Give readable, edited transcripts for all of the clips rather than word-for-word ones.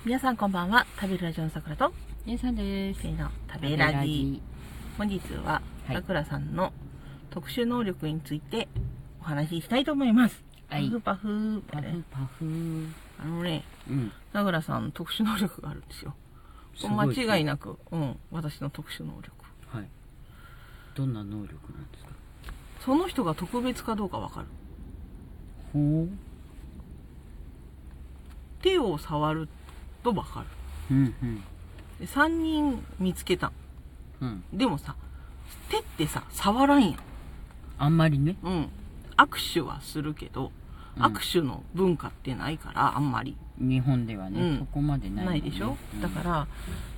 皆さんこんばんは。食べるラジオのさくらと姉さんです。 せーの、食べラジ。本日はさくらさんの特殊能力についてお話ししたいと思います。 はい、 パフパフパフパフ。 さくらさん特殊能力があるんですよ。間違いなく、私の特殊能力。 はい。どんな能力なんですか？ その人が特別かどうかわかる。 ほう。 手を触るとわかる。で3人見つけた。でもさ、手ってさ、触らんやん。 あんまりね。 握手はするけど、握手の文化ってないから、あんまり。 日本ではね、そこまでないもんね。 ないでしょ、だから、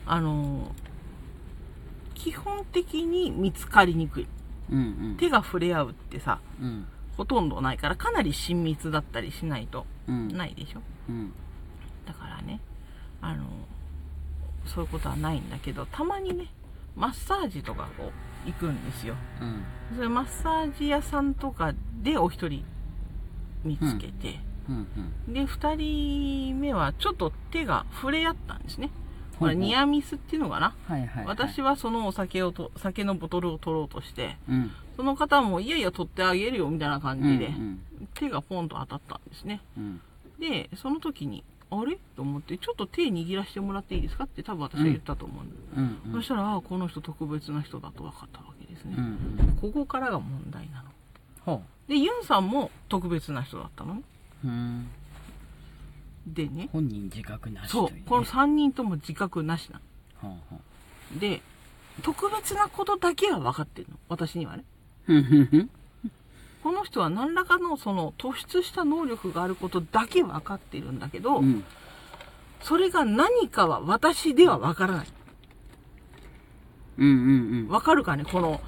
基本的に見つかりにくい。手が触れ合うってさ、ほとんどないから、かなり親密だったりしないと、ないでしょ、だからね、そういうことはないんだけど、たまにね、マッサージとかこう行くんですよ。それマッサージ屋さんとかでお一人見つけて、で2人目はちょっと手が触れ合ったんですね。これニアミスっていうのかな。私はその酒のボトルを取ろうとして、その方もいやいや取ってあげるよみたいな感じで、手がポンと当たったんですね。でその時にあれと思って、ちょっと手握らせてもらっていいですかって多分私は言ったと思うんで、そしたら、この人特別な人だと分かったわけですね。ここからが問題なの。でユンさんも特別な人だったのね。でね、 本人自覚なしそう、この3人とも自覚なしなの。で特別なことだけは分かってるの、私にはね。この人は何らかのその突出した能力があることだけ分かっているんだけど、それが何かは私では分からない。分かるかね、この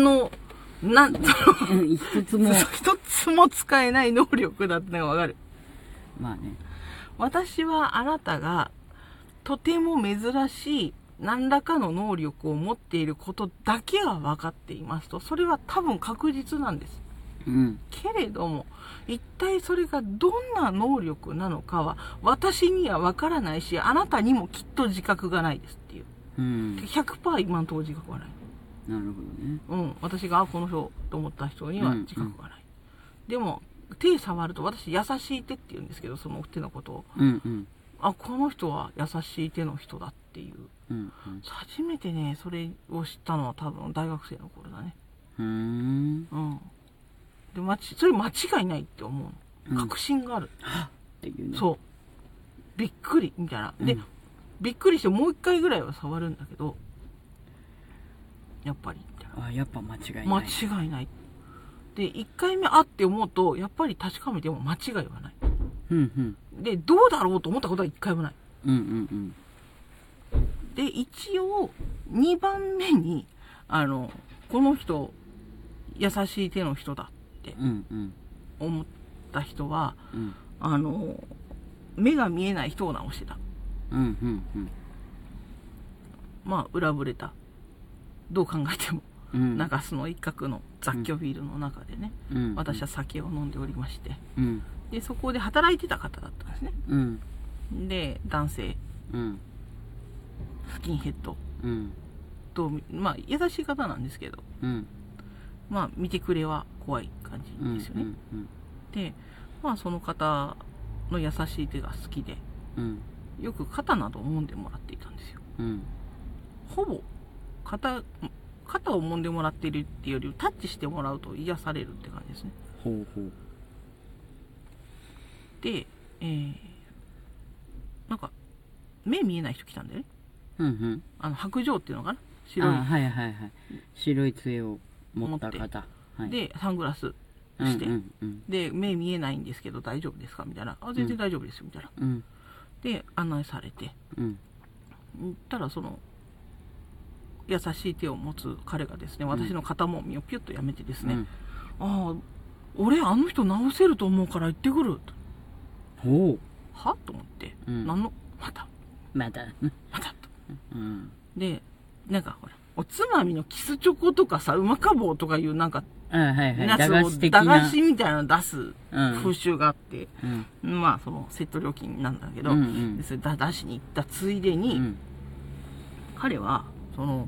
一つも使えない能力だってのが分かる。 まあね。 私はあなたがとても珍しい何らかの能力を持っていることだけは分かっていますと、それは多分確実なんです。けれども一体それがどんな能力なのかは私には分からないし、あなたにもきっと自覚がないですっていう、100% 今のところ自覚がない。 なるほどね。 私がこの人と思った人には自覚がない。でも手触ると、私優しい手って言うんですけど、その手のことを、この人は優しい手の人だっていう、初めてねそれを知ったのは多分大学生の頃だね。でそれ間違いないって思うの、確信があるっていうね。そうびっくりみたいな。で、びっくりしてもう一回ぐらいは触るんだけど、やっぱりみたいな、 やっぱ間違いない。 間違いないで、1回目って思うとやっぱり確かめても間違いはない。でどうだろうと思ったことは1回もない。で一応2番目にこの人優しい手の人だって思った人は、目が見えない人を直してた。まあ裏ぶれた、どう考えても中洲の一角の雑居ビルの中でね、私は酒を飲んでおりまして、でそこで働いてた方だったんですね。で男性、スキンヘッドと、まあ優しい方なんですけど、まあ見てくれは怖い感じですよね。でまあその方の優しい手が好きで、よく肩などを揉んでもらっていたんですよ。ほぼ肩を揉んでもらっているっていうよりタッチしてもらうと癒されるって感じですね。で、なんか目見えない人来たんだよね。白状っていうのかな、 白い杖を持った方、 でサングラスして、で目見えないんですけど大丈夫ですかみたいな、全然大丈夫ですよみたいな、で案内されて、たらその優しい手を持つ彼がですね、私の肩もみをピュッとやめてですね、俺あの人治せると思うから行ってくると。はと思って、またと、でなんかほらおつまみのキスチョコとかさ、うまか棒とかいうなんか、 はいはい。 やつを駄菓子みたいなの出す風習があって、 うん、 まあそのセット料金なんだけど、 うんうん、 それ出しに行ったついでに、うん、彼はその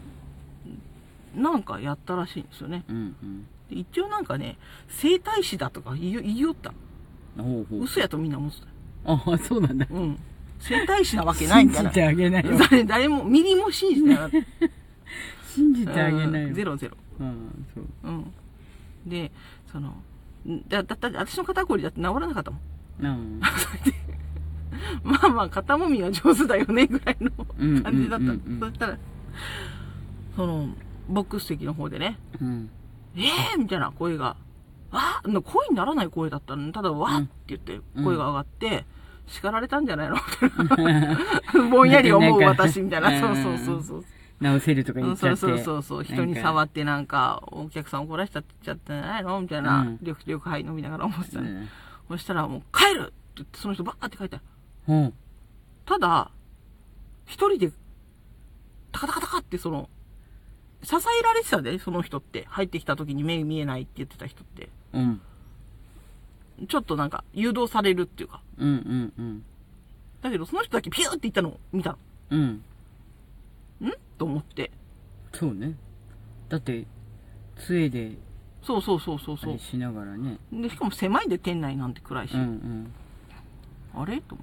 なんかやったらしいんですよね、 うんうん、 で一応なんかね整体師だとか言いよった。 ほうほう、 嘘やとみんな思ってた。 ああ、そうなんだ。 うん。整体師なわけないんだな。 信じてあげないよ。 誰もミリも信じてなかった。 信じてあげないよ。 ゼロゼロ。 そう。 うん。で、その、だって私の肩こりだって治らなかったもん。うん。まあまあ、肩もみは上手だよね、ぐらいの感じだった。そしたら、その、ボックス席の方でね、 うん、 みたいな声が、声にならない声だったのに、ただ、わーって言って声が上がって、叱られたんじゃないのみたいな。ぼんやり思う私みたいな。そう。 直せるとか言っちゃって。 そう。人に触ってなんか、お客さん怒らしちゃってんじゃないのみたいな。緑杯飲みながら思ってたね。そしたらもう、帰るって言って、その人バーって帰った。ただ、一人で、タカタカタカってその、支えられてたで、その人って。入ってきた時に目見えないって言ってた人って。 うん。 ちょっとなんか、誘導されるっていうか。 うん。 だけど、その人だけピューって言ったのを見たの。 うん。 んと思って。 そうね。だって、杖で。 そう。 しながらね。 で、しかも狭いで店内なんて暗いし。あれと思って。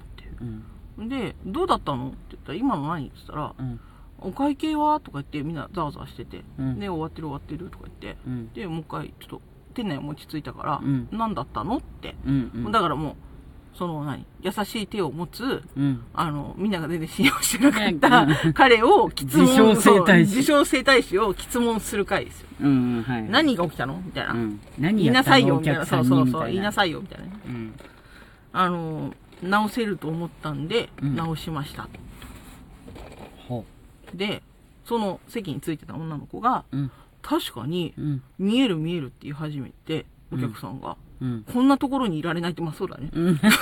で、どうだったのって言ったら、今の何って言ったら、お会計はとか言ってみんなざわざわしてて、で、終わってるとか言って、で、もう一回、ちょっと、店内持ち着いたから、何だったのって。だからもう、その優しい手を持つ、みんなが全然信用してなかった彼を質問、自称整体師を質問する回ですよ。何が起きたのみたいな。言いなさいよ、みたいな。そう、言いなさいよ、みたいなね。直せると思ったんで、直しました。で、その席についてた女の子が、確かに、見えるって言い始めて、お客さんが、こんなところにいられないって、まあそうだね。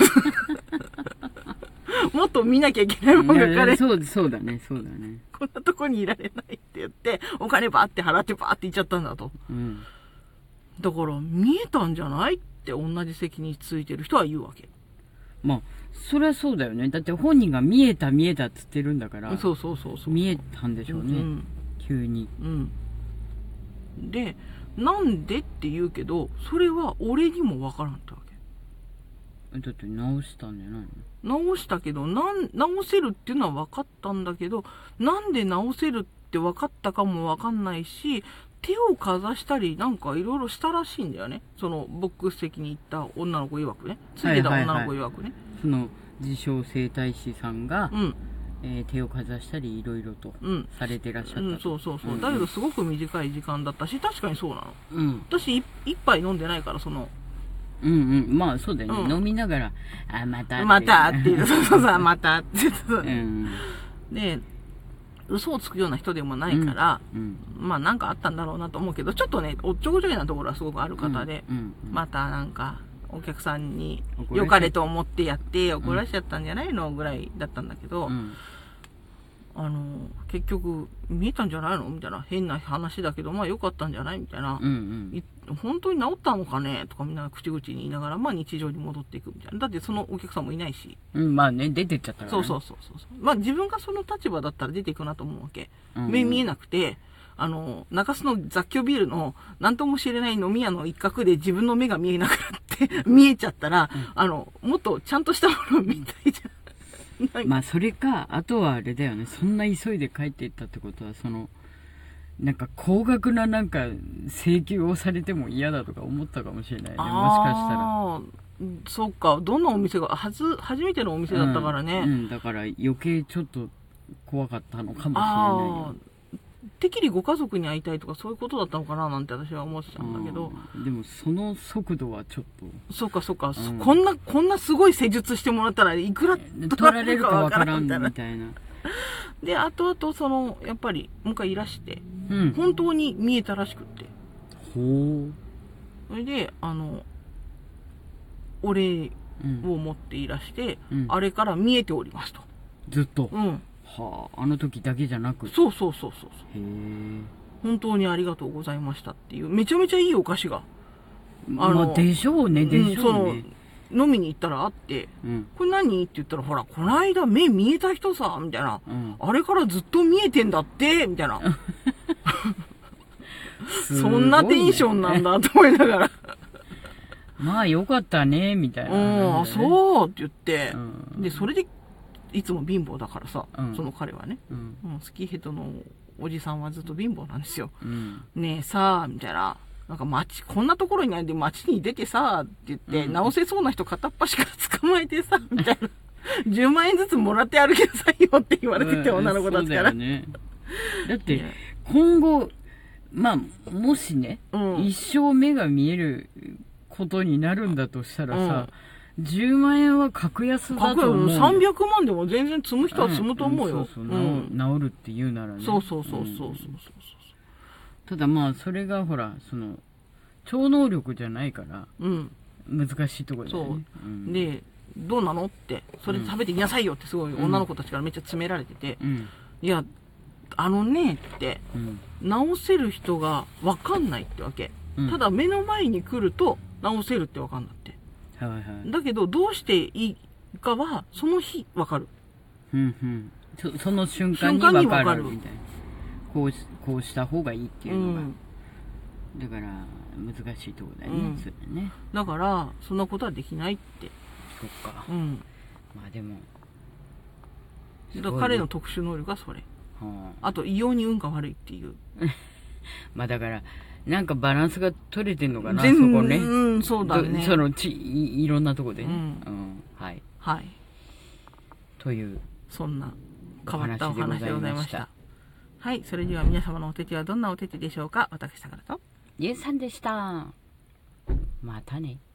もっと見なきゃいけないもんが彼。 そうだね。 こんなところにいられないって言って、お金バーって払ってバーって行っちゃったんだと。だから、見えたんじゃないって同じ席についてる人は言うわけ。 まあ、そりゃそうだよね。だって本人が見えたって言ってるんだから。 そう。 見えたんでしょうね。急に。 で、なんでって言うけど、それは俺にもわからんってわけ。 だって直したんじゃないの？直したけど、直せるっていうのは分かったんだけど、なんで直せるって分かったかも分かんないし、手をかざしたりなんかいろいろしたらしいんだよね。そのボックス席に行った女の子曰くね。ついてた女の子曰くね。 その自称整体師さんが、手をかざしたりいろいろとされてらっしゃった。 そう。だけどすごく短い時間だったし、確かにそうなの。私一杯飲んでないから、その。 まあそうだよね。飲みながら、またっていう。そう、またって。で、嘘をつくような人でもないから、まあなんかあったんだろうなと思うけど、ちょっとね、おっちょこちょいなところはすごくある方で、またなんか、お客さんに良かれと思ってやって怒らしちゃったんじゃないのぐらいだったんだけど、結局見えたんじゃないのみたいな変な話だけど、まあ良かったんじゃないみたいな、本当に治ったのかねとかみんな口々に言いながら、まあ日常に戻っていくみたいな。だってそのお客さんもいないし。 まあね、出てっちゃったから、ね。 そう。まあ自分がその立場だったら出ていくなと思うわけ。目見えなくて、中洲の雑居ビルの何とも知れない飲み屋の一角で自分の目が見えなくなって見えちゃったら、もっとちゃんとしたものを見たいじゃん。 まあそれか、あとはあれだよね。そんな急いで帰っていったってことは、なんか高額ななんか請求をされても嫌だとか思ったかもしれないね。もしかしたら。 そっか。どんなお店が、初めてのお店だったからね。 だから余計ちょっと怖かったのかもしれないよ。 てっきりご家族に会いたいとかそういうことだったのかななんて私は思ってたんだけど。 でもその速度はちょっと。 そうか。こんなすごい施術してもらったらいくら取られるかわからんみたいな。 で、後々やっぱりもう一回いらして、本当に見えたらしくって。それで、お礼を持っていらして、あれから見えておりますと。 ずっと。 はあ、あの時だけじゃなく。 そうそうそうそう。 へえ。 本当にありがとうございましたっていう、めちゃめちゃいいお菓子が。 まあ、でしょうね、でしょうね。 飲みに行ったらあって、これ何って言ったら、ほら、この間目見えた人さ、みたいな。あれからずっと見えてんだって、みたいな。そんなテンションなんだと思いながら。 まあよかったね、みたいな、 あ、そうって言って、で、それで、いつも貧乏だからさ、その彼はね、スキーヘッドのおじさんはずっと貧乏なんですよ。ねえさ、みたいな。なんかこんなところにないんで街に出てさ、って言って、直せそうな人片っ端から捕まえてさ、みたいな。10万円ずつもらって歩きなさいよって言われてて、女の子たちから。 ね、だって、今後、まあ、もしね、一生目が見えることになるんだとしたらさ、10万円は格安だと思う。 300万でも全然積む人は積むと思うよ。 そうそう、治るって言うならね。 そうそう。 ただまあ、それがほら、超能力じゃないから、難しいところだよね。 そう。で、どうなのって、それ食べていきなさいよってすごい女の子たちからめっちゃ詰められてて、いや、って、治せる人が分かんないってわけ。ただ目の前に来ると治せるって分かんなって。だけど、どうしていいかは、その日分かる。 その瞬間に分かるみたいな。こうした方がいいっていうのが。だから、難しいところだよね、それね。 だから、そんなことはできないって。 そっか。まあでも。 だから彼の特殊能力がそれ。あと、異様に運が悪いっていう。 まあだから、なんかバランスが取れてんのかな、そこね。 そうだね。 いろんなとこでね。はい。 はい。 という。 そんな変わったお話でございました。はい。それでは皆様のお手手はどんなお手手でしょうか。私、さくらと。 ゆうさんでした。またね。